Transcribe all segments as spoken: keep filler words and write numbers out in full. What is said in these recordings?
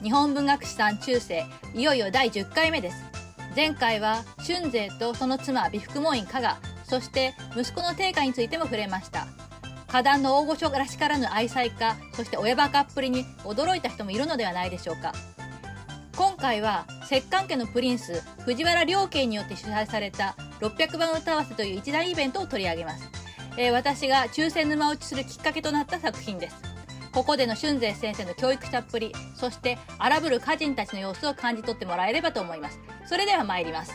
日本文学史さん中世、いよいよだいじゅっかいめです。前回は春勢とその妻美福門院加賀、そして息子の定家についても触れました。歌壇の大御所らしからぬ愛妻家、そして親バカっぷりに驚いた人もいるのではないでしょうか。今回は摂関家のプリンス藤原良慶によって主催されたろっぴゃくばん歌合わせという一大イベントを取り上げます。えー、私が抽選沼落ちするきっかけとなった作品です。ここでの春勢先生の教育者っぷり、そして荒ぶる歌人たちの様子を感じ取ってもらえればと思います。それでは参ります。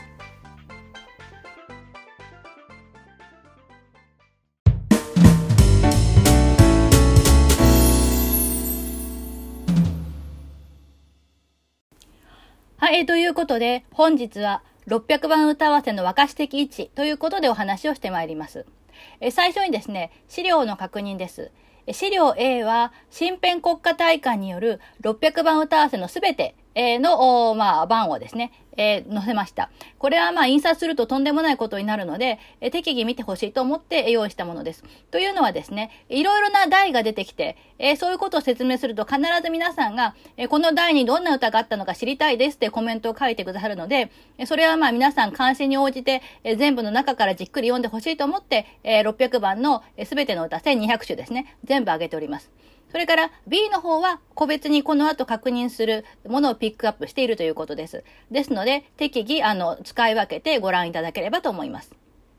はい、ということで本日はろっぴゃくばん歌合わせの和歌詞的位置ということでお話をしてまいります。え最初にですね、資料の確認です。資料 A は身辺国家大会によるろっぴゃくばん歌合わせのすべての、まあ、番をですね、えー、載せました。これはまあ印刷するととんでもないことになるので、えー、適宜見てほしいと思って用意したものです。というのはですね、いろいろな題が出てきて、えー、そういうことを説明すると必ず皆さんが、えー、この題にどんな歌があったのか知りたいですってコメントを書いてくださるので、それはまあ皆さん関心に応じて、えー、全部の中からじっくり読んでほしいと思って、えー、ろっぴゃくばんのすべての歌せんにひゃくしゅですね、全部挙げております。それから B の方は個別にこの後確認するものをピックアップしているということです。ですので適宜あの使い分けてご覧いただければと思います。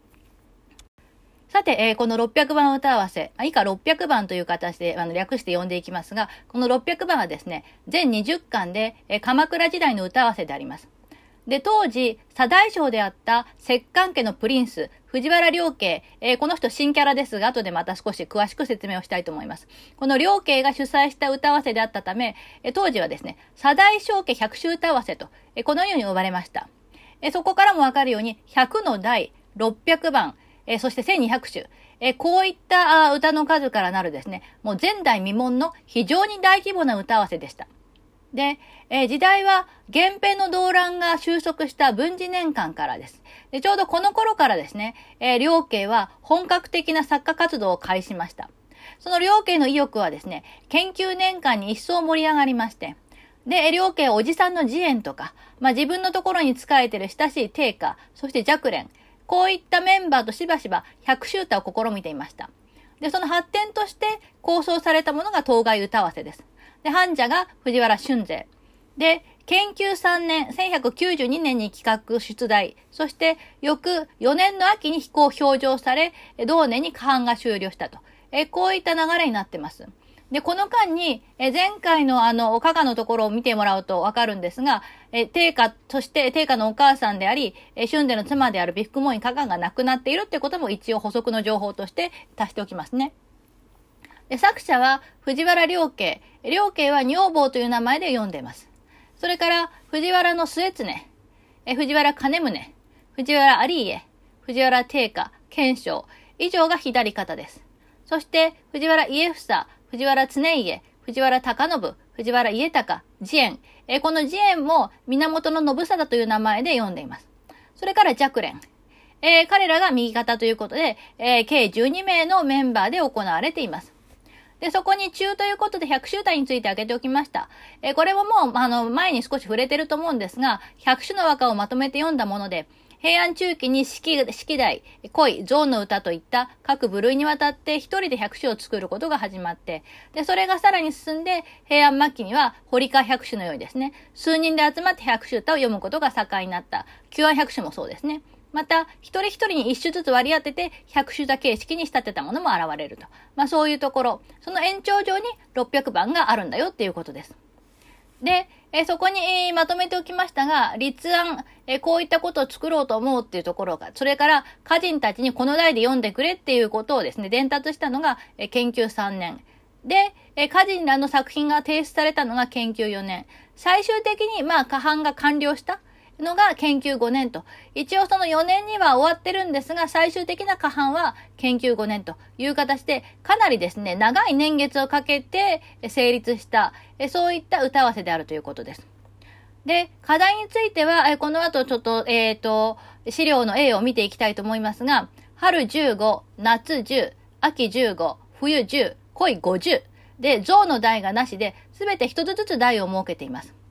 さて、えー、このろっぴゃくばん歌合わせ、以下ろっぴゃくばんという形であの略して読んでいきますが、このろっぴゃくばんはですね、全にじゅっかんで、えー、鎌倉時代の歌合わせであります。で、当時、左大将であった摂関家のプリンス、藤原良慶、えー、この人新キャラですが、後でまた少し詳しく説明をしたいと思います。この良慶が主催した歌合わせであったため、えー、当時はですね、左大将家百秋歌合わせと、えー、このように呼ばれました。えー、そこからもわかるように、ひゃくの題、ろっぴゃくばん、えー、そしてせんにひゃくしゅ、えー、こういった歌の数からなるですね、もう前代未聞の非常に大規模な歌合わせでした。で、えー、時代は源平の動乱が収束した文治年間からです。で、ちょうどこの頃からですね、えー、良慶は本格的な作家活動を開始しました。その良慶の意欲はですね、研究年間に一層盛り上がりまして、で、良慶はおじさんの慈円とか、まあ、自分のところに仕えている親しい定家、そして寂蓮、こういったメンバーとしばしば百秋歌を試みていました。で、その発展として構想されたものが当該歌合わせです。で、判者が藤原春勢。で、研究さんねん、せんひゃくきゅうじゅうにねんに企画出題、そして翌よねんの秋に飛行表彰され、同年に過半が終了したと。えこういった流れになってます。で、この間に、え前回のあの、加賀のところを見てもらうとわかるんですが、え定家、そして定家のお母さんであり、え春勢の妻である美福門院加賀が亡くなっているってことも一応補足の情報として足しておきますね。で、作者は藤原良慶。良慶は女房という名前で読んでいます。それから藤原の末常、え藤原金宗、藤原有家、藤原定家、賢章、以上が左方です。そして藤原家房、藤原常家、藤原貴信、藤原家隆、慈円、えこの慈円も源信貞という名前で読んでいます。それから寂蓮。えー、彼らが右方ということで、えー、計じゅうにめいのメンバーで行われています。で、そこに中ということで百秋歌について挙げておきました。えー、これももう、あの、前に少し触れてると思うんですが、百種の和歌をまとめて読んだもので、平安中期に四季、四季題、恋、象の歌といった各部類にわたって一人で百種を作ることが始まって、で、それがさらに進んで、平安末期には堀川百種のようにですね、数人で集まって百種歌を読むことが盛んになった。九安百種もそうですね。また、一人一人に一種ずつ割り当てて、百種歌形式に仕立てたものも現れると。まあそういうところ、その延長上にろっぴゃくばんがあるんだよっていうことです。で、えそこに、えー、まとめておきましたが、立案、えー、こういったことを作ろうと思うっていうところが、それから歌人たちにこの題で読んでくれっていうことをですね、伝達したのが、えー、研究さんねん。で、えー、歌人らの作品が提出されたのが研究よねん。最終的に、まあ、過半が完了したのが研究ごねんと。一応そのよねんには終わってるんですが、最終的な過半は研究ごねんという形で、かなりですね、長い年月をかけて成立した、そういった歌合わせであるということです。で、課題については、この後ちょっと、えっと、資料の A を見ていきたいと思いますが、春じゅうご、夏じゅう、秋じゅうご、冬じゅう、恋ごじゅうで、象の題がなしで、すべて一つずつ題を設けています。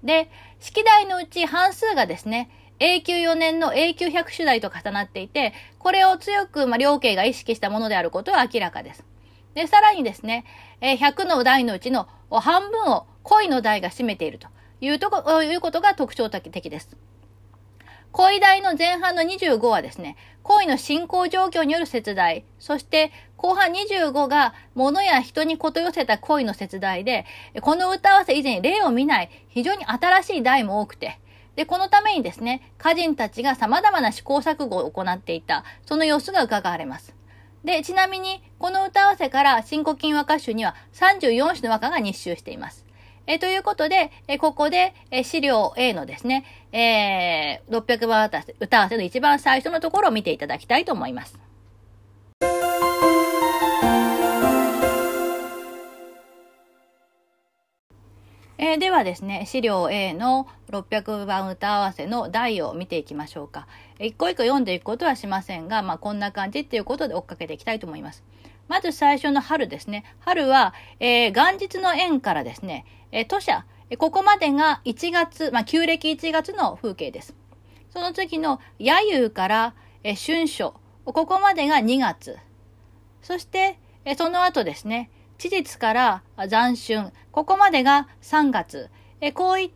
で、式題のうち半数がですね、永久よねんの永久百首題と重なっていて、これを強く、まあ、両家が意識したものであることは明らかです。で、さらにですね、ひゃくの題のうちの半分を恋の題が占めているというとこ、いうことが特徴的です。恋題の前半のにじゅうごはですね、恋の進行状況による節題、そして後半にじゅうごが物や人にこと寄せた恋の節題で、この歌合わせ以前に例を見ない非常に新しい題も多くて、で、このためにですね、歌人たちが様々な試行錯誤を行っていた、その様子が伺われます。で、ちなみに、この歌合わせから新古今和歌集にはさんじゅうよん首の和歌が日集しています。えということで、えここで、え資料 A のですね、えー、ろっぴゃくばん歌合わせの一番最初のところを見ていただきたいと思います。えー、ではですね、資料 A のろっぴゃくばん歌合わせの題を見ていきましょうか。一個一個読んでいくことはしませんが、まあこんな感じっていうことで追っかけていきたいと思います。まず最初の春ですね。春は、えー、元日の縁からですね、えー、吐舎、ここまでがいちがつ、まあ旧暦いちがつの風景です。その次の夜遊から、えー、春暑、ここまでがにがつ。そして、えー、その後ですね、地日から斬春、ここまでがさんがつ。えこういった、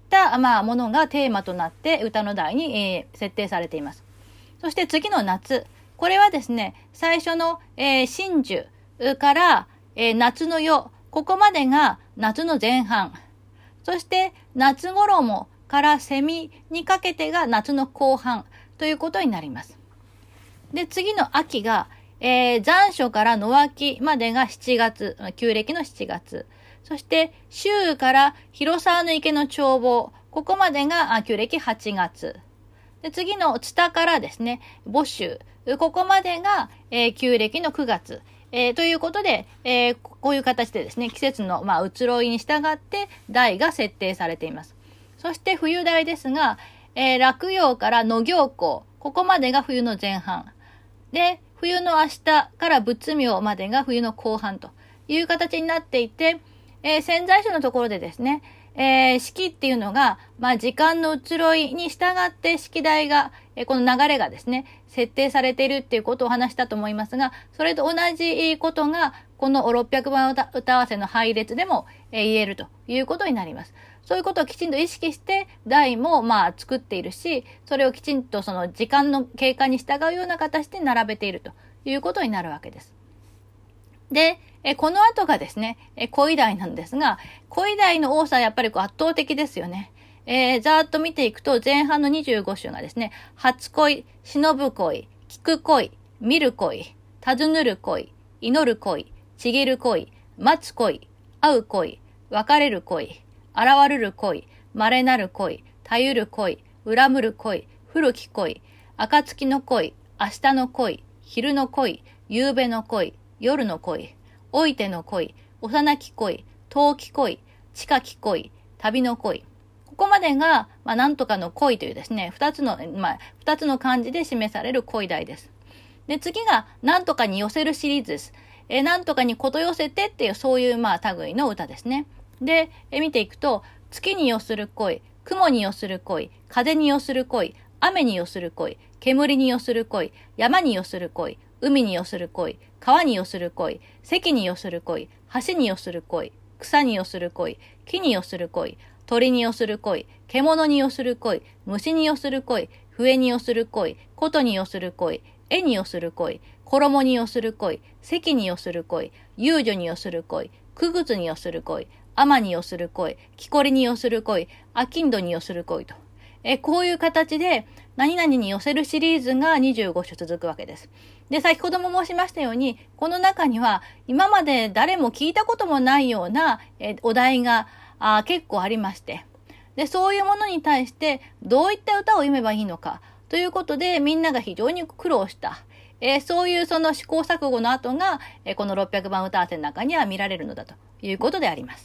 まあ、ものがテーマとなって歌の題に、えー、設定されています。そして次の夏。これはですね、最初の、えー、真珠から、えー、夏の夜。ここまでが夏の前半。そして夏衣からセミにかけてが夏の後半ということになります。で、次の秋が、えー、残暑から野秋までがしちがつ、旧暦のしちがつ。そして、秋から広沢の池の眺望。ここまでが旧暦はちがつ。で、次のツタからですね、牡秋。ここまでが、えー、旧暦のくがつ。えー、ということで、えー、こういう形でですね、季節の、まあ、移ろいに従って題が設定されています。そして冬題ですが、えー、落葉から野行幸。ここまでが冬の前半。で、冬の明日から仏明までが冬の後半という形になっていて、えー、潜在書のところでですね、えー、式っていうのが、まあ、時間の移ろいに従って式題が、えー、この流れがですね、設定されているっていうことを話したと思いますが、それと同じことが、このろっぴゃくばん歌、歌合わせの配列でも、えー、言えるということになります。そういうことをきちんと意識して、題もまあ作っているし、それをきちんとその時間の経過に従うような形で並べているということになるわけです。で、えこの後がですね、え恋題なんですが、恋題の多さはやっぱりこう圧倒的ですよね。えー、ざーっと見ていくと、前半のにじゅうご首がですね、初恋、忍ぶ恋、聞く恋、見る恋、尋ぬる恋、祈る恋、ちぎる恋、待つ恋、会う恋、別れる恋、現るる恋、稀なる恋、たゆる恋、恨むる恋、古き恋、暁の恋、明日の恋、昼の恋、夕べの恋、夜の恋、老いての恋、幼き恋、遠き恋、近き恋、旅の恋。ここまでが、まあ、なんとかの恋というですね、二つの、まあ、二つの漢字で示される恋題です。で、次が、なんとかに寄せるシリーズです。え、なんとかにこと寄せてっていう、そういう、まあ、類の歌ですね。で、え見ていくと、月に寄する恋、雲に寄する恋、風に寄する恋、雨に寄する恋、煙に寄する恋、山に寄する恋、海に寄する恋、川に寄する恋、堰に寄する恋、橋に寄する恋、草に寄する恋、木に寄する恋、鳥に寄する恋、獣に寄する恋、虫に寄する恋、笛に寄する恋、琴に寄する恋、絵に寄する恋、衣に寄する恋、堰に寄する恋、遊女に寄する恋、くぐつに寄する恋、天に寄する恋、木こりに寄する恋、あきんどに寄する恋と。え、こういう形で、何々に寄せるシリーズがにじゅうご首続くわけです。で、先ほども申しましたように、この中には、今まで誰も聞いたこともないような、えお題があ結構ありまして。で、そういうものに対して、どういった歌を読めばいいのか、ということで、みんなが非常に苦労した。えー、そういうその試行錯誤の後が、えー、このろっぴゃくばん歌合わせの中には見られるのだということであります。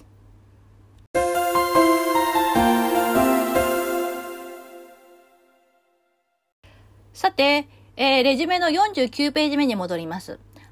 さて、えー、レジュメのよんじゅうきゅうページ目に戻ります。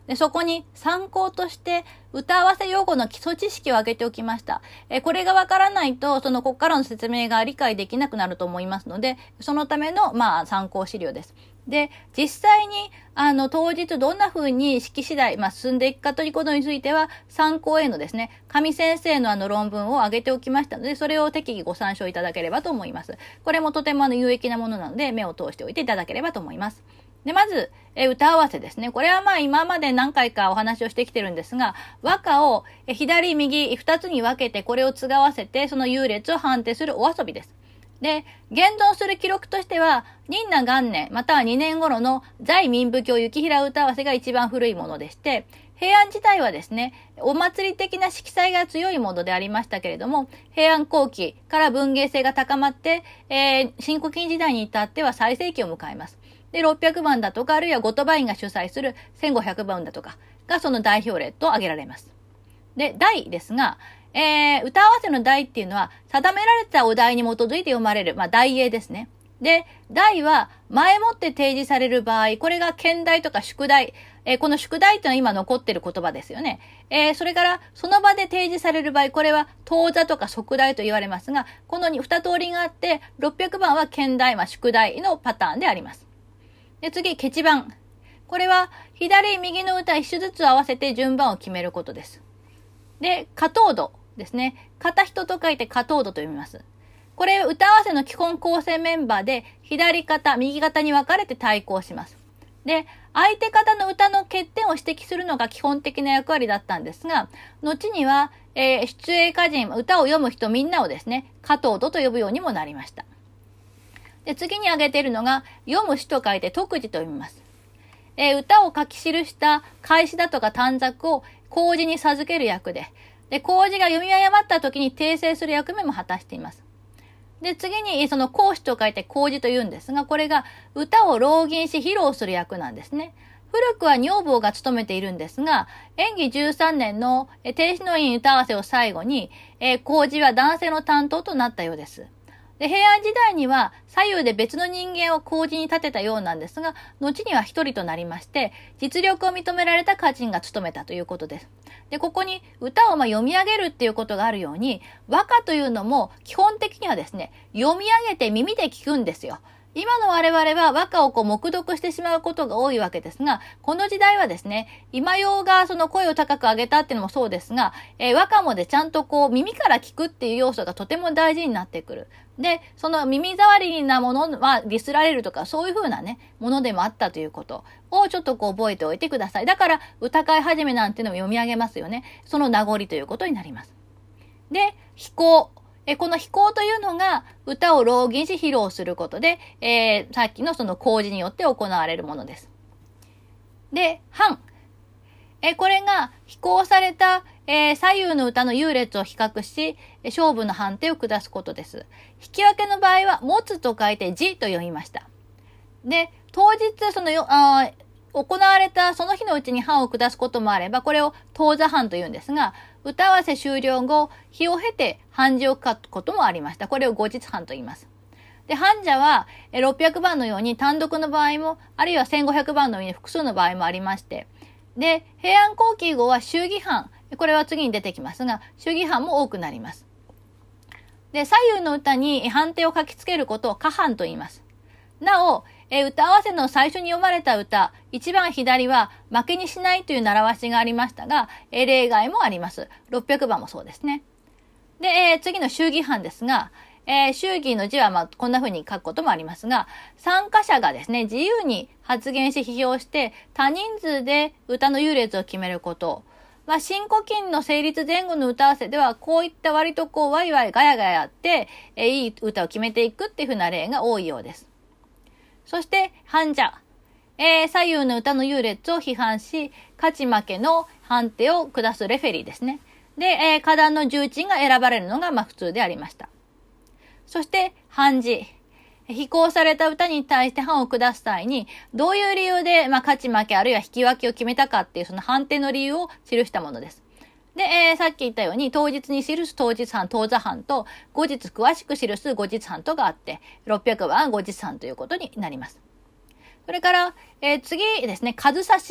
でそこに参考として歌合わせ用語の基礎知識を挙げておきました。えこれがわからないと、そのここからの説明が理解できなくなると思いますので、そのための、まあ、参考資料です。で、実際に、あの、当日どんな風に式次第、まあ、進んでいくかということについては、参考へのですね、上先生のあの論文を挙げておきましたので、それを適宜ご参照いただければと思います。これもとてもあの有益なものなので、目を通しておいていただければと思います。で、まず、え歌合わせですね。これはまあ今まで何回かお話をしてきてるんですが、和歌をえ左、右、二つに分けてこれを継がわせて、その優劣を判定するお遊びです。で、現存する記録としては、仁和元年、またはにねん頃の在民部教雪平歌合わせが一番古いものでして、平安時代はですね、お祭り的な色彩が強いものでありましたけれども、平安後期から文芸性が高まって、えー、新古今時代に至っては最盛期を迎えます。で、ろっぴゃくばんだとか、あるいは後鳥羽院が主催するせんごひゃくばんだとかがその代表例と挙げられます。で、題ですが、えー、歌合わせの題っていうのは、定められたお題に基づいて読まれる、まあ、題詠ですね。で、題は前もって提示される場合、これが兼題とか宿題、えー、この宿題っていうのは今残っている言葉ですよね。えー、それから、その場で提示される場合、これは当座とか即題と言われますが、この二通りがあって、ろっぴゃくばんは兼題、まあ、宿題のパターンであります。で、次、ケチ番。これは、左、右の歌一首ずつ合わせて順番を決めることです。で、歌頭度ですね。片人と書いて歌頭度と読みます。これ、歌合わせの基本構成メンバーで、左肩、右肩に分かれて対抗します。で、相手方の歌の欠点を指摘するのが基本的な役割だったんですが、後には、えー、出演歌人、歌を読む人みんなをですね、歌頭度と呼ぶようにもなりました。で、次に挙げているのが、読む詩と書いて特字と読みます。えー、歌を書き記した開始だとか短冊を後字に授ける役で、で、後字が読み誤った時に訂正する役目も果たしています。で、次に、その講師と書いて後字と言うんですが、これが歌を朗吟し披露する役なんですね。古くは女房が務めているんですが、延喜じゅうさんねんの定子の院歌合わせを最後に、えー、後字は男性の担当となったようです。で、平安時代には左右で別の人間を後字に立てたようなんですが、後には一人となりまして、実力を認められた歌人が務めたということです。で、ここに歌をまあ読み上げるっていうことがあるように、和歌というのも基本的にはですね、読み上げて耳で聞くんですよ。今の我々は和歌をこう黙読してしまうことが多いわけですが、この時代はですね、今用がその声を高く上げたっていうのもそうですが、えー、和歌もでちゃんとこう耳から聞くっていう要素がとても大事になってくる。で、その耳障りなものはディスられるとかそういう風なね、ものでもあったということをちょっとこう覚えておいてください。だから歌会始めなんていうのも読み上げますよね。その名残ということになります。で、飛行。えこの飛行というのが歌を朗吟し披露することで、えー、さっきのその講字によって行われるものです。で、範。えこれが飛行された、えー、左右の歌の優劣を比較し、勝負の判定を下すことです。引き分けの場合は、持つと書いて字と読みました。で、当日そのよ、あ行われたその日のうちに判を下すこともあれば、これを当座判と言うんですが、歌合わせ終了後、日を経て判事を書くこともありました。これを後日判と言います。で、判者はろっぴゃくばんのように単独の場合も、あるいはせんごひゃくばんのように複数の場合もありまして、で、平安後期以後は祝儀判、これは次に出てきますが、祝儀判も多くなります。で、左右の歌に判定を書きつけることを下判と言います。なお、え歌合わせの最初に読まれた歌、一番左は負けにしないという習わしがありましたが、え例外もあります。ろっぴゃくばんもそうですね。で、えー、次の祝儀判ですが、えー、祝儀の字はまあこんな風に書くこともありますが、参加者がですね、自由に発言し批評して多人数で歌の優劣を決めること。まあ、新古今の成立前後の歌合わせでは、こういった割とこうワイワイガヤガヤやって、えー、いい歌を決めていくっていう風な例が多いようです。そして、判者。えー、左右の歌の優劣を批判し、勝ち負けの判定を下すレフェリーですね。で、えー、歌壇の重鎮が選ばれるのがまあ普通でありました。そして、判事。非行された歌に対して判を下す際に、どういう理由で、まあ、勝ち負けあるいは引き分けを決めたかっていうその判定の理由を記したものです。で、えー、さっき言ったように、当日に記す当日判、当座判と、後日詳しく記す後日判とがあって、ろっぴゃくばん後日判ということになります。それから、えー、次ですね、数差し。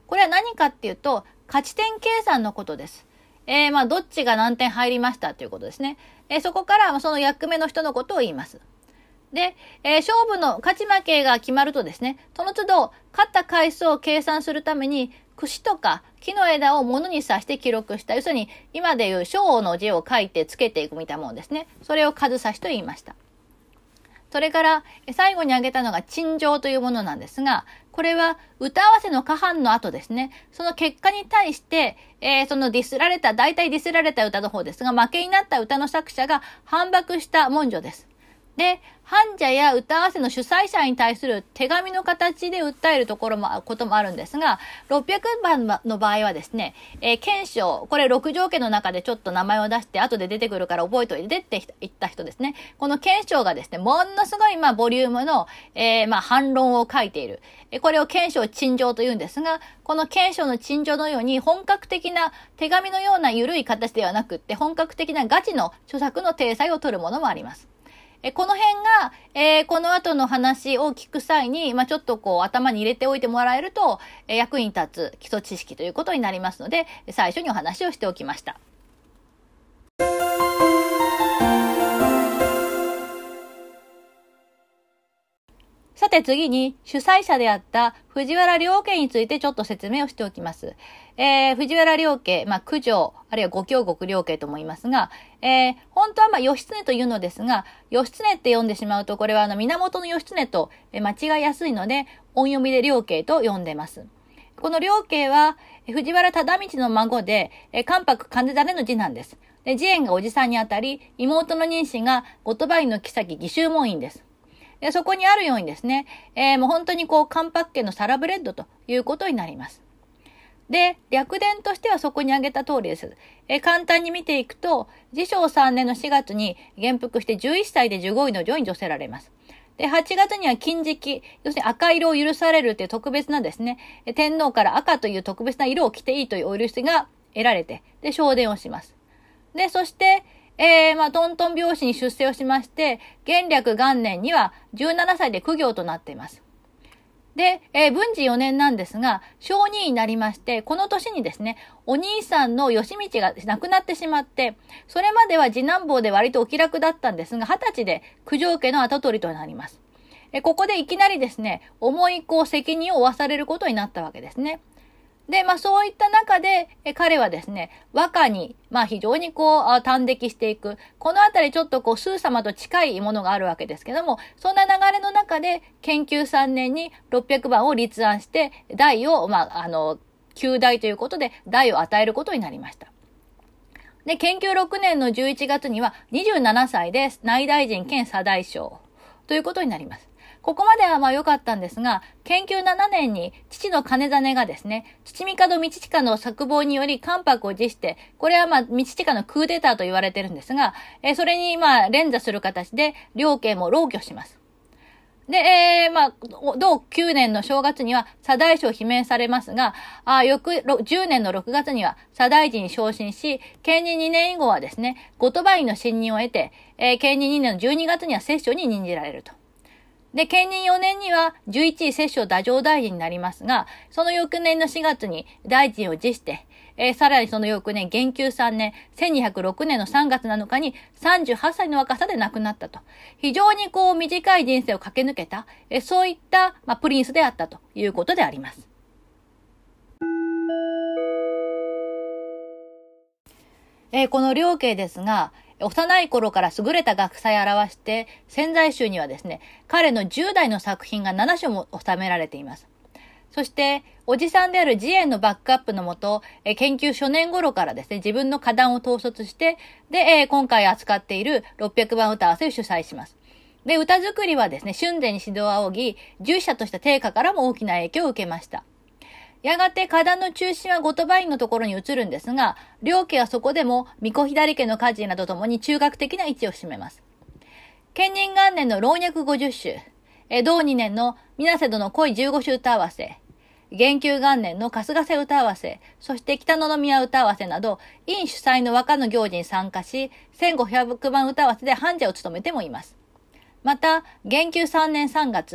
これは何かっていうと、勝ち点計算のことです。えー、まあ、どっちが何点入りましたということですね。えー、そこから、その役目の人のことを言います。で、えー、勝負の勝ち負けが決まるとですね、その都度、勝った回数を計算するために、櫛とか木の枝を物に刺して記録した、要するに、今でいう勝の字を書いてつけていくみたいなものですね。それを数刺しと言いました。それから、最後に挙げたのが陳情というものなんですが、これは歌合わせの過半の後ですね、その結果に対して、えー、そのディスられた、大体ディスられた歌の方ですが、負けになった歌の作者が反駁した文書です。で、反者や歌合わせの主催者に対する手紙の形で訴えるところも、こともあるんですが、ろっぴゃくばんの場合はですね、えー、検証、これろく条件の中でちょっと名前を出して、後で出てくるから覚えておいてって言った人ですね。この検証がですね、ものすごい、まあ、ボリュームの、えー、まあ、反論を書いている。これを検証陳情と言うんですが、この検証の陳情のように本格的な手紙のような緩い形ではなくって、本格的なガチの著作の体裁を取るものもあります。えこの辺が、えー、この後の話を聞く際に、まあ、ちょっとこう頭に入れておいてもらえると、えー、役に立つ基礎知識ということになりますので、最初にお話をしておきました。さて次に主催者であった藤原良家についてちょっと説明をしておきます。えー、藤原良家、まあ、九条、あるいは五京国良家とも言いますが、えー、本当はまあ、義経というのですが、義経って読んでしまうと、これはあの、源義経と間違いやすいので、音読みで良家と呼んでます。この良家は、藤原忠道の孫で、関白金種の次男です。で、次元がおじさんにあたり、妹の妊娠が後鳥羽院の妃義州門院です。でそこにあるようにですね、えー、もう本当にこう、関白家のサラブレッドということになります。で、略伝としてはそこに挙げた通りです。えー、簡単に見ていくと、治承さんねんのしがつに元服してじゅういっさいでじゅうごいの女に除せられます。で、はちがつには金色、要するに赤色を許されるという特別なですね、天皇から赤という特別な色を着ていいというお許しが得られて、で、昇殿をします。で、そして、えー、まあ、トントン拍子に出世をしまして、元暦元年にはじゅうななさいで公卿となっています。で、えー、文治よねんなんですが、小にになりまして、この年にですね、お兄さんの義道が亡くなってしまって、それまでは次男坊で割とお気楽だったんですが、はたちで九条家の跡取りとなります。えここでいきなりですね、重いこう責任を負わされることになったわけですね。で、まあそういった中で、え彼はですね、和歌に、まあ非常にこう、端的していく。このあたりちょっとこう、スー様と近いものがあるわけですけども、そんな流れの中で、建久さんねんにろっぴゃくばんを立案して、代を、まあ、あの、旧代ということで、代を与えることになりました。で、建久ろくねんのじゅういちがつには、にじゅうななさいで内大臣兼左大将ということになります。ここまではまあ良かったんですが、建久ななねんに父の金実がですね、父帝道親の策謀により関白を辞して、これはまあ道親のクーデターと言われてるんですが、えー、それにまあ連座する形で両家も浪居します。で、えー、まあ、同きゅうねんの正月には左大将を罷免されますが、あ翌じゅうねんのろくがつには左大臣に昇進し、建仁にねん以後はですね、後鳥羽院の信任を得て、えー、建仁にねんのじゅうにがつには摂政に任じられると。で、建仁よねんにはじゅういちい摂政太政大臣になりますが、その翌年のしがつに大臣を辞して、えー、さらにその翌年、元久さんねん、せんにひゃくろくねんのさんがつなのかにさんじゅうはっさいの若さで亡くなったと。非常にこう短い人生を駆け抜けた、えー、そういった、まあ、プリンスであったということであります。えー、この両家ですが、幼い頃から優れた学才を表して、潜在集にはですね、彼のじゅうだいの作品がななしょも収められています。そして、おじさんである慈円のバックアップのもと、え研究初年頃からですね、自分の歌壇を統率して、で、えー、今回扱っているろっぴゃくばん歌合わせを主催します。で、歌作りはですね、春前に指導を仰ぎ、従者とした定家からも大きな影響を受けました。やがて歌壇の中心は後鳥羽院のところに移るんですが、両家はそこでも巫女左家の家事などともに中学的な位置を占めます。建仁元年の老若五十首、え同にねんの水瀬戸の恋十五首歌合わせ、元久元年の春日瀬歌合わせ、そして北野宮歌合わせなど、院主催の和歌の行事に参加し、せんごひゃくばん歌合わせで判者を務めてもいます。また、元久さんねんさんがつ、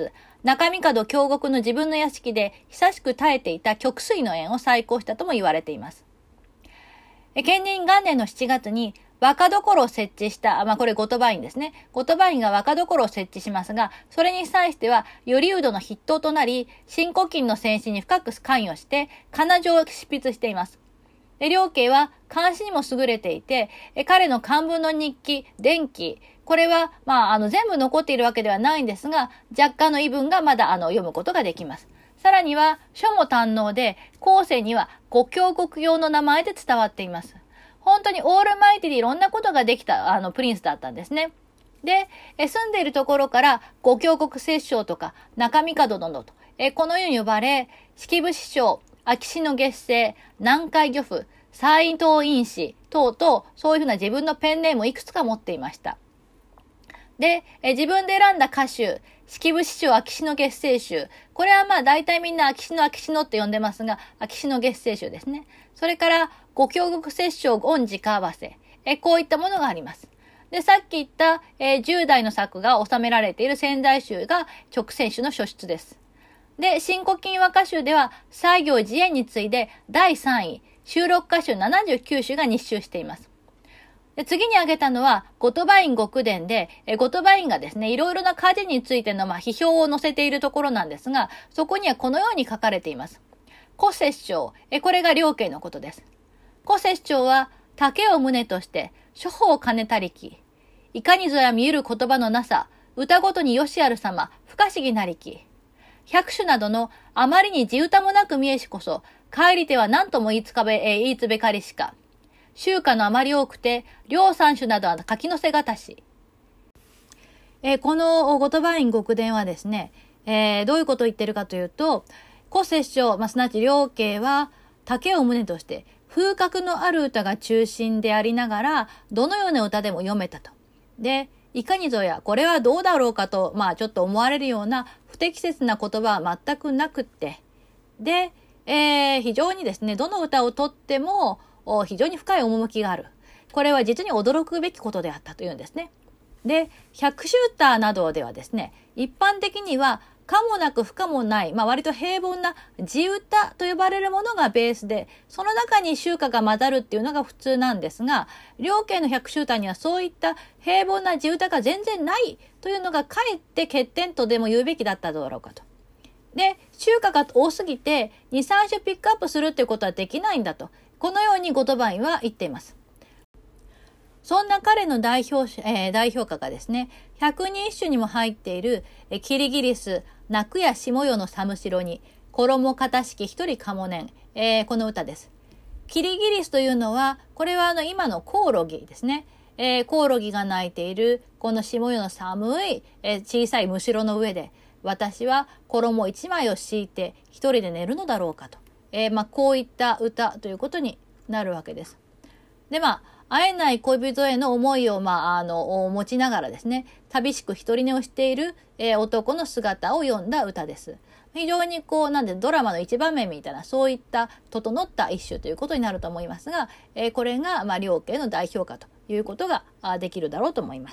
中見門京極の自分の屋敷で久しく耐えていた曲水の縁を再興したとも言われています。建仁元年のしちがつに若所を設置した、まあこれ後鳥羽院ですね。後鳥羽院が若所を設置しますが、それに際しては頼人の筆頭となり、新古今の戦死に深く関与して、仮名状を執筆しています。で、両家は漢詩にも優れていて、彼の漢文の日記、伝記、これは、まあ、あの、全部残っているわけではないんですが、若干の異文がまだ、あの、読むことができます。さらには、書も堪能で、後世には五教国用の名前で伝わっています。本当にオールマイティでいろんなことができた、あの、プリンスだったんですね。で、え住んでいるところから、五教国摂政とか、中見門殿と、えこのように呼ばれ、式部師匠、秋篠月星、南海漁夫、斎藤院士等々、そういうふうな自分のペンネームをいくつか持っていました。で、え自分で選んだ歌集、式部師匠秋篠月星集。これはまあ大体みんな秋篠秋篠って呼んでますが、秋篠月星集ですね。それから、五教国摂政御直合わせ。えこういったものがあります。で、さっき言った、えー、じゅうだいの作が収められている仙台集が直選集の書出です。で、新古今和歌集では、西行寺園に次いでだいさんい、収録歌集ななじゅうきゅうしゅが日集しています。で次に挙げたのは、後鳥羽院極伝で、え後鳥羽院がですね、いろいろな火事についての、まあ、批評を載せているところなんですが、そこにはこのように書かれています。古摂政、えこれが両家のことです。古摂政は、竹を旨として、諸法を兼ねたりき、いかにぞや見ゆる言葉のなさ、歌ごとによしある様、不可思議なりき、百種などのあまりに地歌もなく見えしこそ、帰り手は何とも言いつかべ、えー、言いつべかりしか。集歌のあまり多くて、両三種などは書き乗せがたし。えー、この後鳥羽院極伝はですね、えー、どういうことを言ってるかというと、古摂政、まあ、すなわち両家は、竹を旨として、風格のある歌が中心でありながら、どのような歌でも読めたと。で、いかにぞや、これはどうだろうかと、まあちょっと思われるような不適切な言葉は全くなくって、で、えー、非常にですね、どの歌をとっても非常に深い趣がある。これは実に驚くべきことであったというんですね。で、百秋歌などではですね、一般的には可もなく不可もない、まあ割と平凡な地歌と呼ばれるものがベースで、その中に秋歌が混ざるっていうのが普通なんですが、両家の百秋歌にはそういった平凡な地歌が全然ないというのがかえって欠点とでも言うべきだっただろうかと。で、秋歌が多すぎてに、さん種ピックアップするっていうことはできないんだと。このように後鳥羽院は言っています。そんな彼の代表、えー、代表歌がですね、百人一首にも入っている、えキリギリス、泣くや下夜の寒城に、衣片敷一人かもねん、えー、この歌です。キリギリスというのは、これはあの今のコオロギですね。えー、コオロギが鳴いている、この下夜の寒い、えー、小さいむしろの上で、私は衣一枚を敷いて一人で寝るのだろうかと。えー、まあこういった歌ということになるわけです。で、まあ、会えない恋人への思いを、まあ、あの、持ちながらですね、寂しく一人寝をしている、えー、男の姿を詠んだ歌です。非常にこう、なんでドラマの一場面みたいな、そういった整った一首ということになると思いますが、えー、これが、まあ、両家の代表歌ということができるだろうと思います。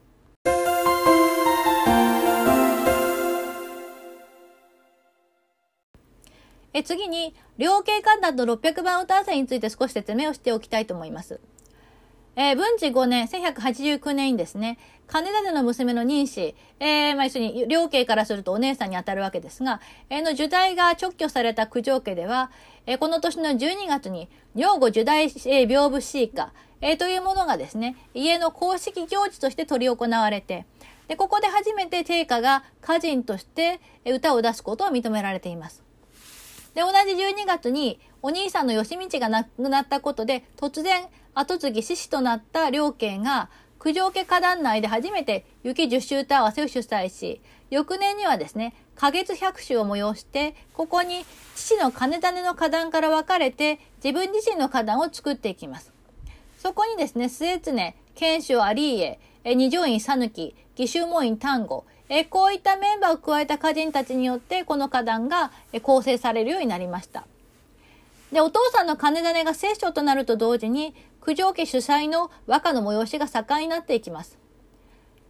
え次に、両家観覧のろっぴゃくばん歌合わせについて少し説明をしておきたいと思います。えー、文治ごねん、せんひゃくはちじゅうきゅうねんにですね、金舘の娘の任子、えー、まあ、要するに、両家からするとお姉さんにあたるわけですが、えー、の受代が勅許された九条家では、えー、この年のじゅうにがつに、女御受代、えー、屏風詩歌、えー、というものがですね、家の公式行事として執り行われて、で、ここで初めて定家が歌人として歌を出すことを認められています。で、同じじゅうにがつに、お兄さんの義道が亡くなったことで、突然、後継ぎ志士となった両家が、九条家歌壇内で初めて雪十秋歌合わせを主催し、翌年にはですね、花月百首を催して、ここに父の金種の歌壇から分かれて、自分自身の歌壇を作っていきます。そこにですね、末常、賢秀有家、二条院佐貫、義州門院丹後、えこういったメンバーを加えた歌人たちによって、この歌壇が構成されるようになりました。で、お父さんの金種が摂政となると同時に、九条家主催の和歌の催しが盛んになっていきます。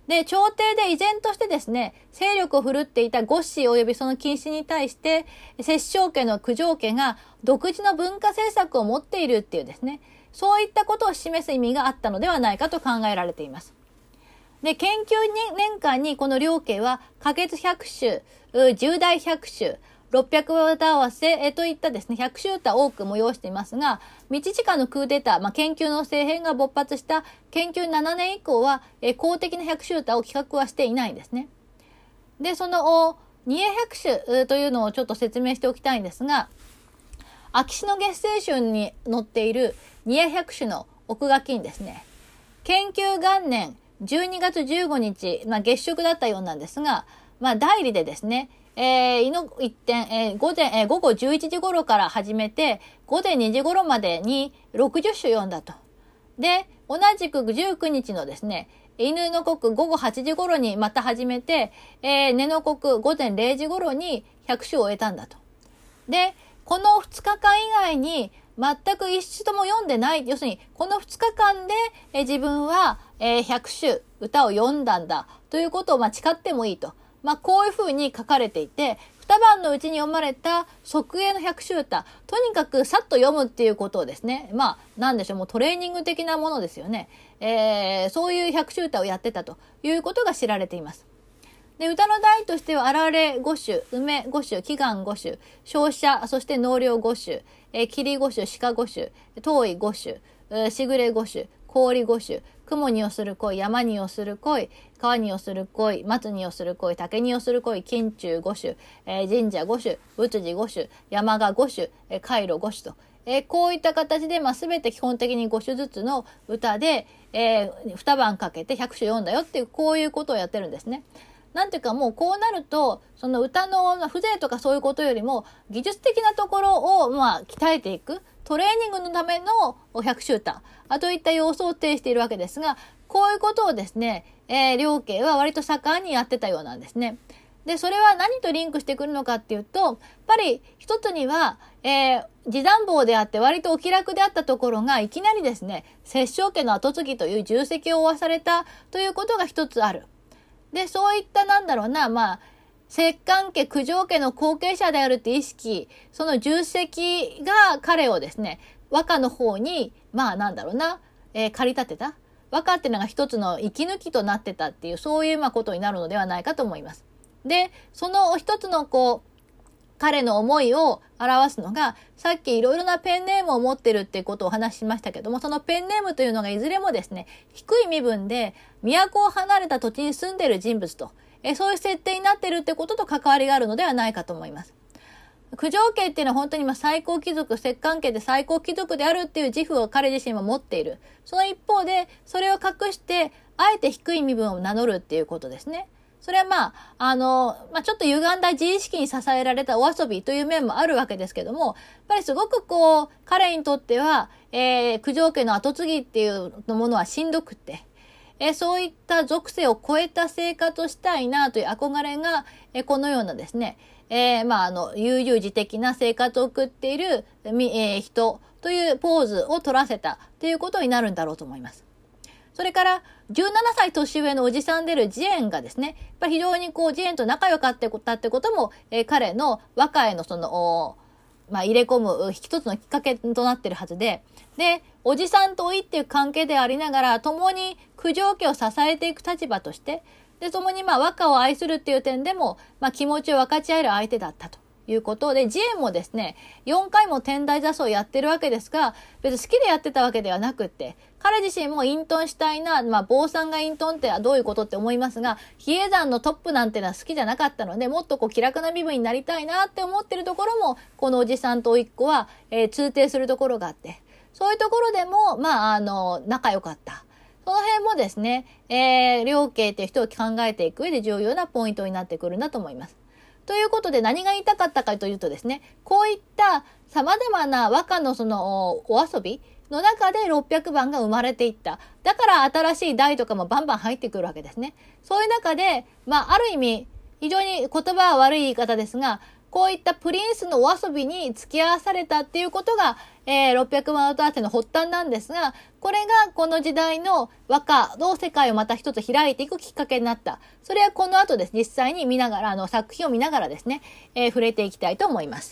で、朝廷で依然としてですね、勢力を振るっていた呉氏及びその近親に対して、摂政家の九条家が独自の文化政策を持っているっていうですね、そういったことを示す意味があったのではないかと考えられています。で、研究年間にこの両家は、花月百首、十代百首、六百話歌合わせといったですね、百首歌を多く催していますが、道近のクーデター、まあ、研究の政変が勃発した研究ななねん以降は、え公的な百首歌を企画はしていないんですね。で、その、二会百首というのをちょっと説明しておきたいんですが、秋篠月聖春に載っている二会百首の奥書きにですね、研究元年じゅうにがつじゅうごにち、まあ、月食だったようなんですが、まあ、代理でですね、えー、いの一点、えー、午前、えー、午後じゅういちじ頃から始めて、午前にじ頃までにろくじゅっ首読んだと。で、同じくじゅうくにちのですね、犬の刻午後はちじ頃にまた始めて、えー、寝の刻午前れいじ頃にひゃく首を終えたんだと。で、このふつかかん以外に全く一首とも読んでない。要するに、このふつかかんで、えー、自分は、えー、ひゃく首歌を読んだんだということを、まあ、誓ってもいいと。まあ、こういうふうに書かれていて、二晩のうちに読まれた即英の百首歌、とにかくさっと読むっていうことをですね、まあ、なんでしょう、もうトレーニング的なものですよね。えー、そういう百首歌をやってたということが知られています。で、歌の題としては、あられ五首、梅五首、祈願五首、照射、そして納涼五首、えー、霧五首、鹿五首、遠い五首、えー、しぐれ五首、氷五首、雲にをする恋、山にをする恋、川にをする恋、松にをする恋、竹にをする恋、金中五首、えー、神社五首、仏寺五首、山が五首、えー、回路五首と、えー、こういった形で、まあ、全て基本的に五首ずつの歌で、えー、二晩かけて百首読んだよっていう、こういうことをやってるんですね。なんていうかもうこうなると、その歌の風情とかそういうことよりも、技術的なところを、まあ、鍛えていく。トレーニングのための百首歌といった要素を呈しているわけですが、こういうことをですね、えー、両家は割と盛んにやってたようなんですね。で、それは何とリンクしてくるのかっていうと、やっぱり一つには、えー、示談坊であって割とお気楽であったところが、いきなりですね、摂政家の後継ぎという重責を負わされたということが一つある。で、そういったなんだろうな、まあ、摂関家、九条家の後継者であるって意識、その重責が彼をですね、和歌の方に、まあなんだろうな、えー、駆り立てた。和歌っていうのが一つの息抜きとなってたっていう、そういうまあことになるのではないかと思います。で、その一つのこう、彼の思いを表すのが、さっきいろいろなペンネームを持ってるっていうことをお話ししましたけども、そのペンネームというのがいずれもですね、低い身分で都を離れた土地に住んでいる人物と、えそういう設定になっているってことと関わりがあるのではないかと思います。九条家っていうのは本当に今最高貴族、摂関家で最高貴族であるっていう自負を彼自身も持っている。その一方で、それを隠して、あえて低い身分を名乗るっていうことですね。それはまあ、あの、まあ、ちょっと歪んだ自意識に支えられたお遊びという面もあるわけですけども、やっぱりすごくこう、彼にとっては、えー、九条家の後継ぎっていうものはしんどくって、えー、そういった属性を超えた生活をしたいなという憧れが、えー、このようなですね、えー、まあ、あの、悠々自適な生活を送っている、えー、人というポーズを取らせたということになるんだろうと思います。それから、じゅうななさい年上のおじさんであるジエンがですね、やっぱり非常にこう、ジエンと仲良かったってことも、えー、彼の和歌へのその、まあ、入れ込む一つのきっかけとなっているはずで、で、おじさんと老いっていう関係でありながら、共に九条家を支えていく立場として、で、共にまあ和歌を愛するっていう点でも、まあ気持ちを分かち合える相手だったということで、ジエンもですね、よんかいも天台座奏をやってるわけですが、別に好きでやってたわけではなくって、彼自身も隠遁したいな、まあ坊さんが隠遁ってどういうことって思いますが、比叡山のトップなんてのは好きじゃなかったので、もっとこう気楽な身分になりたいなって思ってるところも、このおじさんと甥っ子は、えー、通底するところがあって、そういうところでも、まあ、あの、仲良かった。その辺もですね、えー、両家っていう人を考えていく上で重要なポイントになってくるんだと思います。ということで何が言いたかったかというとですね、こういった様々な和歌のそのお遊びの中でろっぴゃくばんが生まれていった。だから新しい題とかもバンバン入ってくるわけですね。そういう中で、まあ、ある意味、非常に言葉は悪い言い方ですが、 こういったプリンスのお遊びに付き合わされたっていうことが、えー、ろっぴゃくばん歌合わせの発端なんですが、これがこの時代の和歌の世界をまた一つ開いていくきっかけになった。それはこの後です。実際に見ながら、あの作品を見ながらですね、えー、触れていきたいと思います。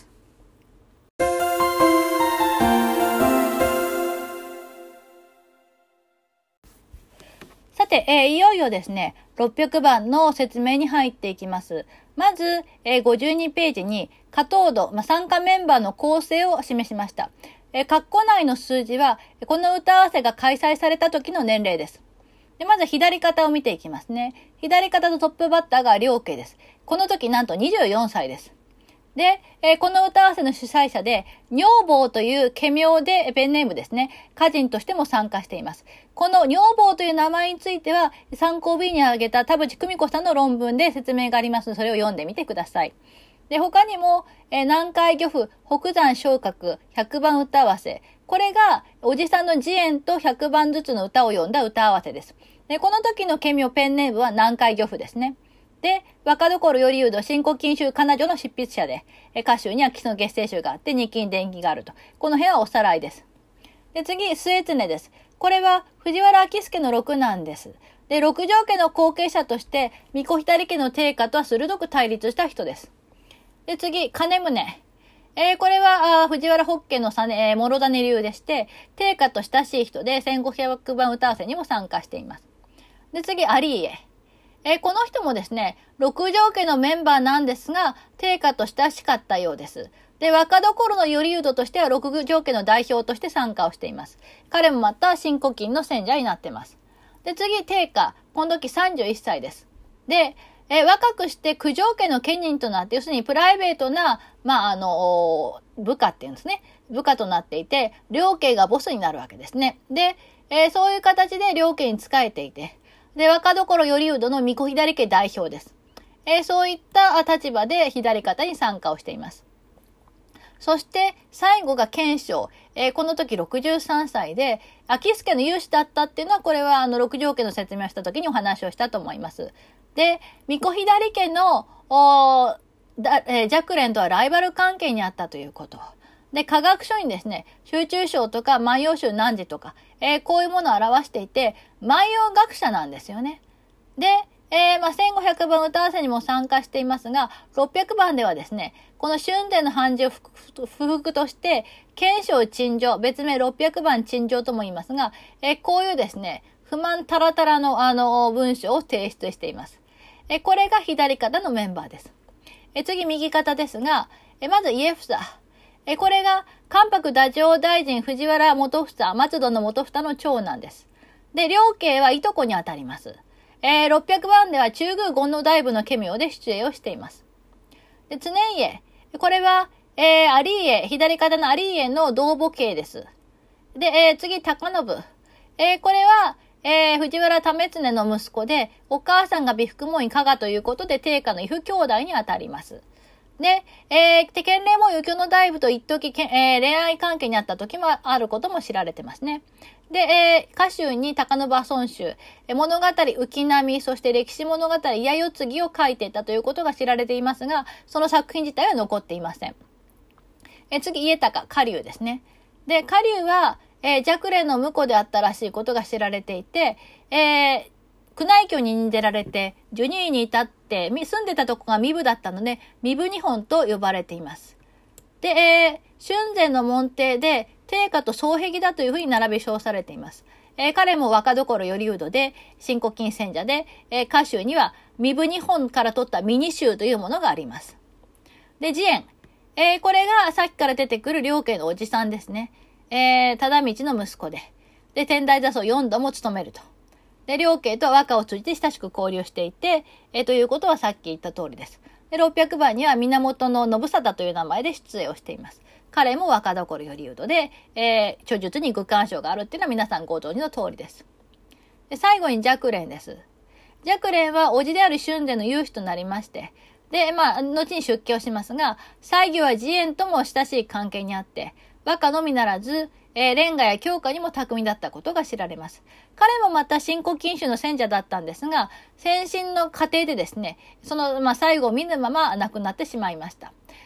さて、えー、いよいよですね、ろっぴゃくばんの説明に入っていきます。まず、えー、ごじゅうにページに、加糖度、まあ、参加メンバーの構成を示しました。えー、括弧内の数字は、この歌合わせが開催された時の年齢です。で、まず左肩を見ていきますね。左肩のトップバッターが良慶です。この時なんとにじゅうよんさいです。で、えー、この歌合わせの主催者で、女房という家名でペンネームですね、歌人としても参加しています。この女房という名前については、参考 B に挙げた田淵久美子さんの論文で説明がありますので、それを読んでみてください。で、他にも、えー、南海漁夫、北山昇格、ひゃくばん歌合わせ。これが、おじさんの慈円とひゃくばんずつの歌を詠んだ歌合わせです。で、この時の家名ペンネームは南海漁夫ですね。で、若所頼人、新古今集彼女の執筆者で、歌集には基礎月星集があって、日記伝記があると。この辺はおさらいです。で、次、末常です。これは藤原昭助の六男です。で、六条家の後継者として、巫女左家の定家とは鋭く対立した人です。で、次、金宗。えー、これは、藤原北家の実、えー、諸種流でして、定家と親しい人で、せんごひゃくばん歌合わせにも参加しています。で、次、有家。えー、この人もですね、六条家のメンバーなんですが、定家と親しかったようです。で、若所の頼人としては六条家の代表として参加をしています。彼もまた新古今の選者になっています。で、次、定家。この時さんじゅういっさいです。で、えー、若くして九条家の家人となって、要するにプライベートな、まあ、あの、部下っていうんですね。部下となっていて、両家がボスになるわけですね。で、えー、そういう形で両家に仕えていて、で、若所頼人の巫女左家代表です。えー、そういった立場で左方に参加をしています。そして、最後が賢章。えー、この時ろくじゅうさんさいで、昭助の有志だったっていうのは、これはあの、六条家の説明をした時にお話をしたと思います。で、巫女左家の、おだえー、寂蓮とはライバル関係にあったということ。で、科学書にですね、集中章とか万葉集何時とか、えー、こういうものを表していて、万葉学者なんですよね。で、えー、まあ、せんごひゃくばん歌合わせにも参加していますが、ろっぴゃくばんではですね、この春伝の判事を不服として、賢章陳情、別名ろっぴゃくばん陳情とも言いますが、えー、こういうですね、不満たらたらのあの文章を提出しています。えー、これが左肩のメンバーです。えー、次、右肩ですが、えー、まず家房。え、これが、関白太政大臣藤原元房、松戸の元房の長男です。で、両家はいとこにあたります。えー、ろっぴゃくばんでは中宮権の大部の家名で出演をしています。で、常家。これは、えー、有家、左肩の有家の同母系です。で、えー、次、高信。えー、これは、えー、藤原為常の息子で、お母さんが美福門院加賀ということで、定家の異父兄弟にあたります。で、えー、建礼門右京の大夫と一時、えー、恋愛関係にあった時もあることも知られてますね。で、えー、歌集に高信孫集、物語浮波、そして歴史物語八代継を書いていたということが知られていますが、その作品自体は残っていません。えー、次、家高、下流ですね。で、下流は、えー、寂蓮の婿であったらしいことが知られていて、えー、宮内居に任ぜられて、授乳院に至って、住んでたとこが身分だったので、身分日本と呼ばれています。で、えー、春前の門弟で、定家と双璧だというふうに並び称されています。えー、彼も若所頼人で、新古今選者で、えー、歌集には、身分日本から取ったミニ集というものがあります。で、慈円。えー、これがさっきから出てくる両家のおじさんですね。えー、忠道の息子で。で、天台座奏よんども務めると。で、両家とは和歌を通じて親しく交流していて、えー、ということはさっき言った通りです。で、ろっぴゃくばんには源の信貞という名前で出演をしています。彼も若所頼人で、えー、著述に具鑑賞があるっていうのは皆さんご存知の通りです。で、最後に寂蓮です。寂蓮は叔父である春前の有志となりまして、で、まあ、後に出家をしますが、西行は慈円とも親しい関係にあって、和歌のみならず、えー、レンガや教科にも巧みだったことが知られます。彼もまた新古今集の選者だったんですが、先進の過程でですね、その、まあ、最後を見ぬまま亡くなってしまいました。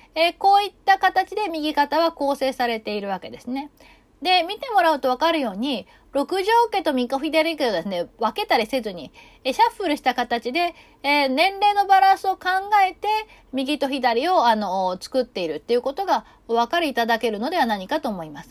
えー、こういった形で右肩は構成されているわけですね。で、見てもらうとわかるように、六条家とミコ左家をですね、分けたりせずに、えシャッフルした形で、えー、年齢のバランスを考えて、右と左を、あの、作っているっていうことがお分かりいただけるのでは何かと思います。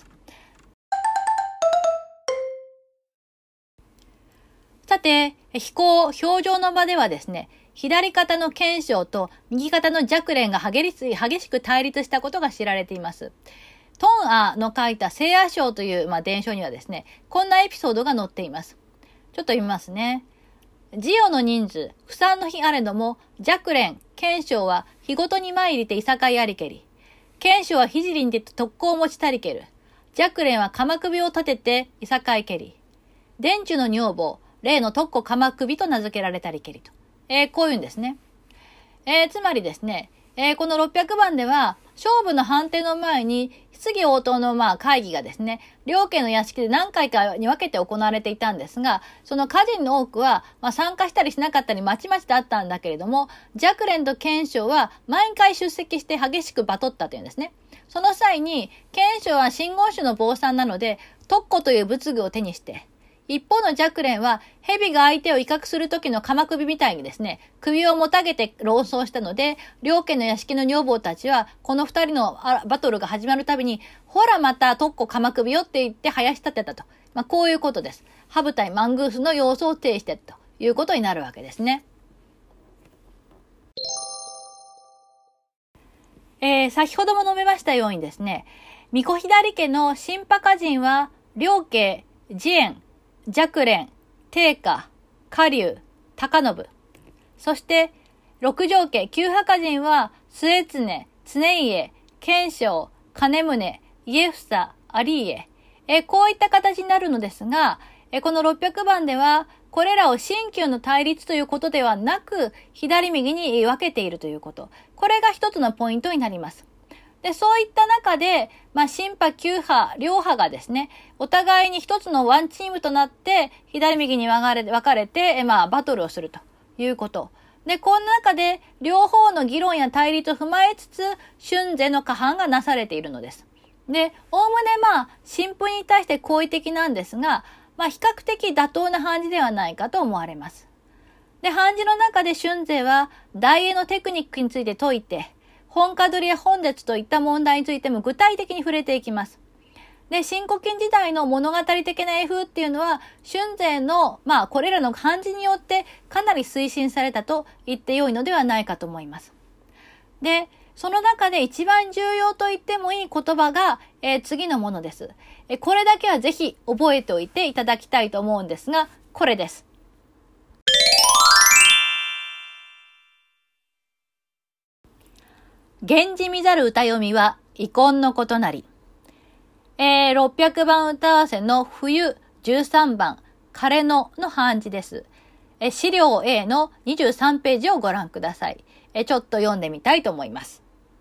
さて、飛行、表情の場ではですね、左肩の肩章と右肩の弱連が激しく対立したことが知られています。トンアの書いた聖夜章という、まあ、伝書にはですね、こんなエピソードが載っています。ちょっと読みますね。ジオの人数、不産の日あれども、弱連、肩章は日ごとに参りていさかいありけり。肩章はひじりにて特攻を持ちたりける。弱連は鎌首を立てていさかいけり。伝中の女房、例の特攻鎌首と名付けられたりけりと。えー、こういうんですね。えー、つまりですね、えー、このろっぴゃくばんでは、勝負の判定の前に、質疑応答のまあ会議がですね、両家の屋敷で何回かに分けて行われていたんですが、その家人の多くは、まあ、参加したりしなかったりまちまちだったんだけれども、弱連と肩章は毎回出席して激しくバトったというんですね。その際に、肩章は真言宗の坊さんなので、特攻という仏具を手にして、一方の弱連は、蛇が相手を威嚇する時の鎌首みたいにですね、首をもたげて論争したので、両家の屋敷の女房たちは、この二人のバトルが始まるたびに、ほらまた特攻鎌首よって言って林立てたと。まあ、こういうことです。ハブ対マングースの様子を呈してということになるわけですね。えー、先ほども述べましたようにですね、巫女左家の新派家人は、両家、慈円、弱連、定家、下流、高信。そして、六条家、旧派家人は、末常、常家、賢章、金宗、家房、有家。え、こういった形になるのですが、え、このろっぴゃくばんでは、これらを新旧の対立ということではなく、左右に分けているということ。これが一つのポイントになります。で、そういった中で、まあ、新派、旧派、両派がですね、お互いに一つのワンチームとなって、左右に分かれて、分かれて、まあ、バトルをするということ。で、この中で、両方の議論や対立を踏まえつつ、春世の過半がなされているのです。で、おおむねまあ、新婦に対して好意的なんですが、まあ、比較的妥当な判事ではないかと思われます。で、判事の中で春世は、大英のテクニックについて説いて、本家取りや本絶といった問題についても具体的に触れていきます。で、新古今時代の物語的な絵風っていうのは、春世の、まあ、これらの漢字によってかなり推進されたと言ってよいのではないかと思います。で、その中で一番重要と言ってもいい言葉が、えー、次のものです。えー、これだけはぜひ覚えておいていただきたいと思うんですが、これです。源氏見ざる歌読みは遺恨のことなり。えー、ろっぴゃくばん歌合わせの冬じゅうさんばん、枯野の漢字です。えー、資料 A のにじゅうさんページをご覧ください。えー、ちょっと読んでみたいと思います。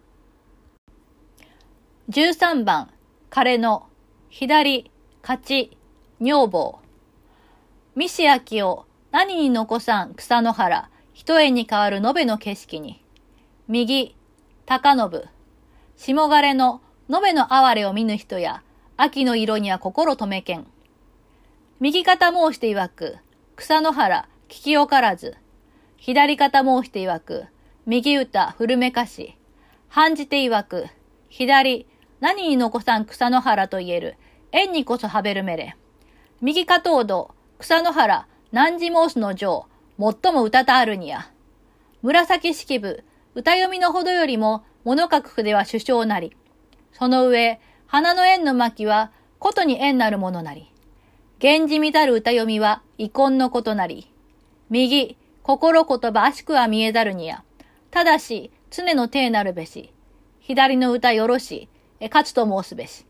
じゅうさんばん、枯野、左、勝ち、女房。三市秋を何に残さん草の原、一重に変わる延べの景色に。右、高信。下枯れの延べの哀れを見ぬ人や、秋の色には心止めけん。右肩申して曰く、草の原、聞きよからず。左肩申して曰く、右歌、古めかし。半じて曰く、左、何に残さん草の原と言える、縁にこそはべるめれ。右肩をど、草の原、何時申すの上、最も歌たあるにや。紫式部、歌読みのほどよりも、物書く筆は首相なり。その上、花の縁の巻は、ことに縁なるものなり。源氏見たる歌読みは、遺恨のことなり。右、心言葉あしくは見えざるにや。ただし、常の体なるべし。左の歌よろし、え、勝つと申すべし。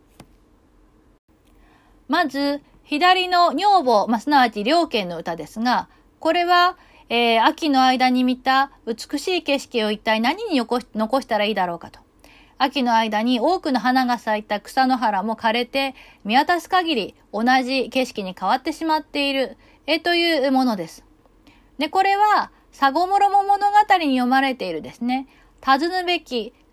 まず、左の女房、まあ、すなわち両家の歌ですが、これは、えー、秋の間に見た美しい景色を一体何に残し、残したらいいだろうかと。秋の間に多くの花が咲いた草の原も枯れて、見渡す限り同じ景色に変わってしまっている、えというものです。で、これは、佐護諸も物語に読まれているですね、尋ぬべき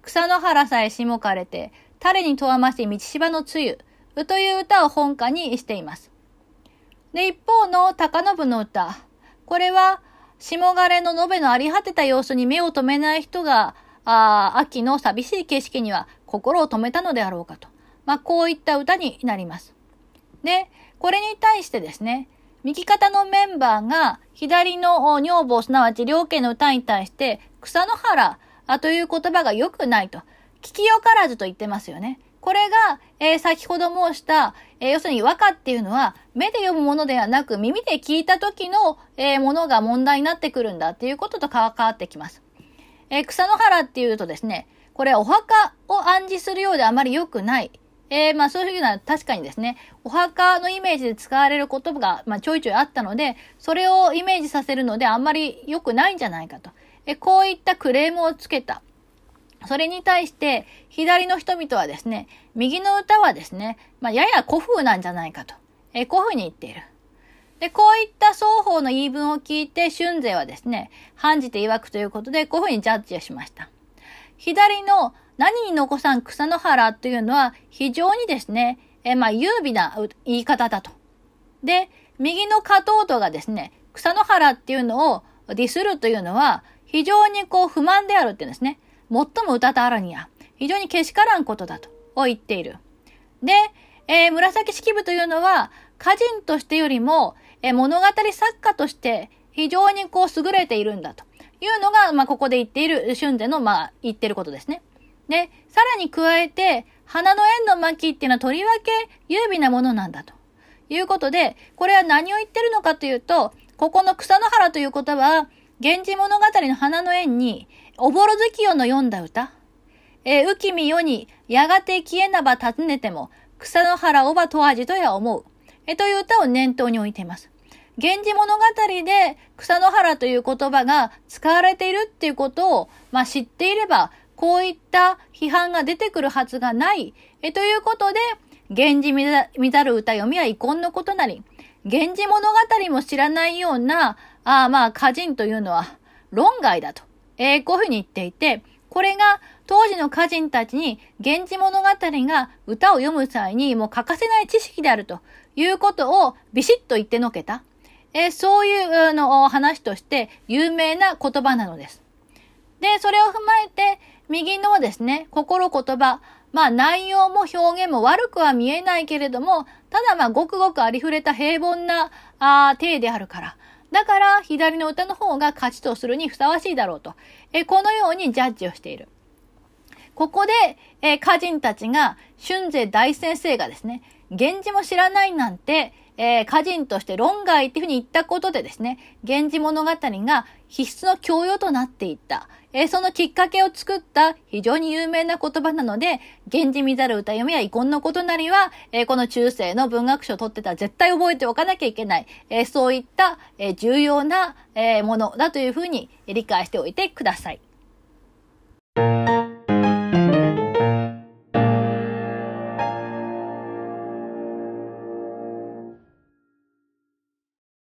草の原さえしもかれて、誰にとわまし道芝の露という歌を本歌にしています。で、一方の高信の歌。これは、霜枯れの延べのあり果てた様子に目を留めない人が、あ秋の寂しい景色には心を留めたのであろうかと。まあ、こういった歌になります。で、これに対してですね、右肩のメンバーが左の女房すなわち両家の歌に対して草の原という言葉が良くないと。聞きよからずと言ってますよね。これが、えー、先ほど申した、えー、要するに和歌っていうのは目で読むものではなく耳で聞いた時の、えー、ものが問題になってくるんだっていうことと関わってきます。えー、草の原っていうとですね、これお墓を暗示するようであまり良くない。えー、まあそういうふうな確かにですね、お墓のイメージで使われる言葉が、まあ、ちょいちょいあったので、それをイメージさせるのであんまり良くないんじゃないかと。えー、こういったクレームをつけた。それに対して、左の人々はですね、右の歌はですね、まあ、やや古風なんじゃないかと。えー、こういうふうに言っている。で、こういった双方の言い分を聞いて、春勢はですね、反じて曰くということで、こういうふうにジャッジをしました。左の何に残さん草の原というのは、非常にですね、えー、まあ、優美な言い方だと。で、右の加藤とがですね、草の原っていうのをディスるというのは、非常にこう不満であるっていうんですね。最も歌たあらには、非常にけしからんことだと言っている。で、えー、紫式部というのは、歌人としてよりも、えー、物語作家として非常にこう優れているんだというのが、まあ、ここで言っている、春勢の、まあ、言ってることですね。で、さらに加えて、花の縁の巻っていうのはとりわけ優美なものなんだということで、これは何を言ってるのかというと、ここの草の原ということは、源氏物語の花の縁に、おぼろ月夜の読んだ歌、えー、浮きみ世に、やがて消えなば尋ねても、草の原おば問わじとや思う、えー、という歌を念頭に置いています。源氏物語で草の原という言葉が使われているっていうことを、まあ、知っていれば、こういった批判が出てくるはずがない、えー、ということで、源氏見ざる歌読みは遺恨のことなり、源氏物語も知らないような、あまあ、歌人というのは論外だと。えー、こういうふうに言っていて、これが当時の歌人たちに源氏物語が歌を読む際にもう欠かせない知識であるということをビシッと言ってのけた。えー、そういうの話として有名な言葉なのです。で、それを踏まえて、右のですね、心言葉、まあ内容も表現も悪くは見えないけれども、ただまあごくごくありふれた平凡なあ体であるから、だから左の歌の方が勝ちとするにふさわしいだろうと、えこのようにジャッジをしている。ここで、え歌人たちが、春勢大先生がですね、源氏も知らないなんて、えー、歌人として論外っていうふうに言ったことでですね、源氏物語が必須の教養となっていった。えー、そのきっかけを作った非常に有名な言葉なので、源氏見ざる歌読みや遺恨のことなりは、えー、この中世の文学賞を取ってたら絶対覚えておかなきゃいけない、えー、そういった、えー、重要な、えー、ものだというふうに理解しておいてください。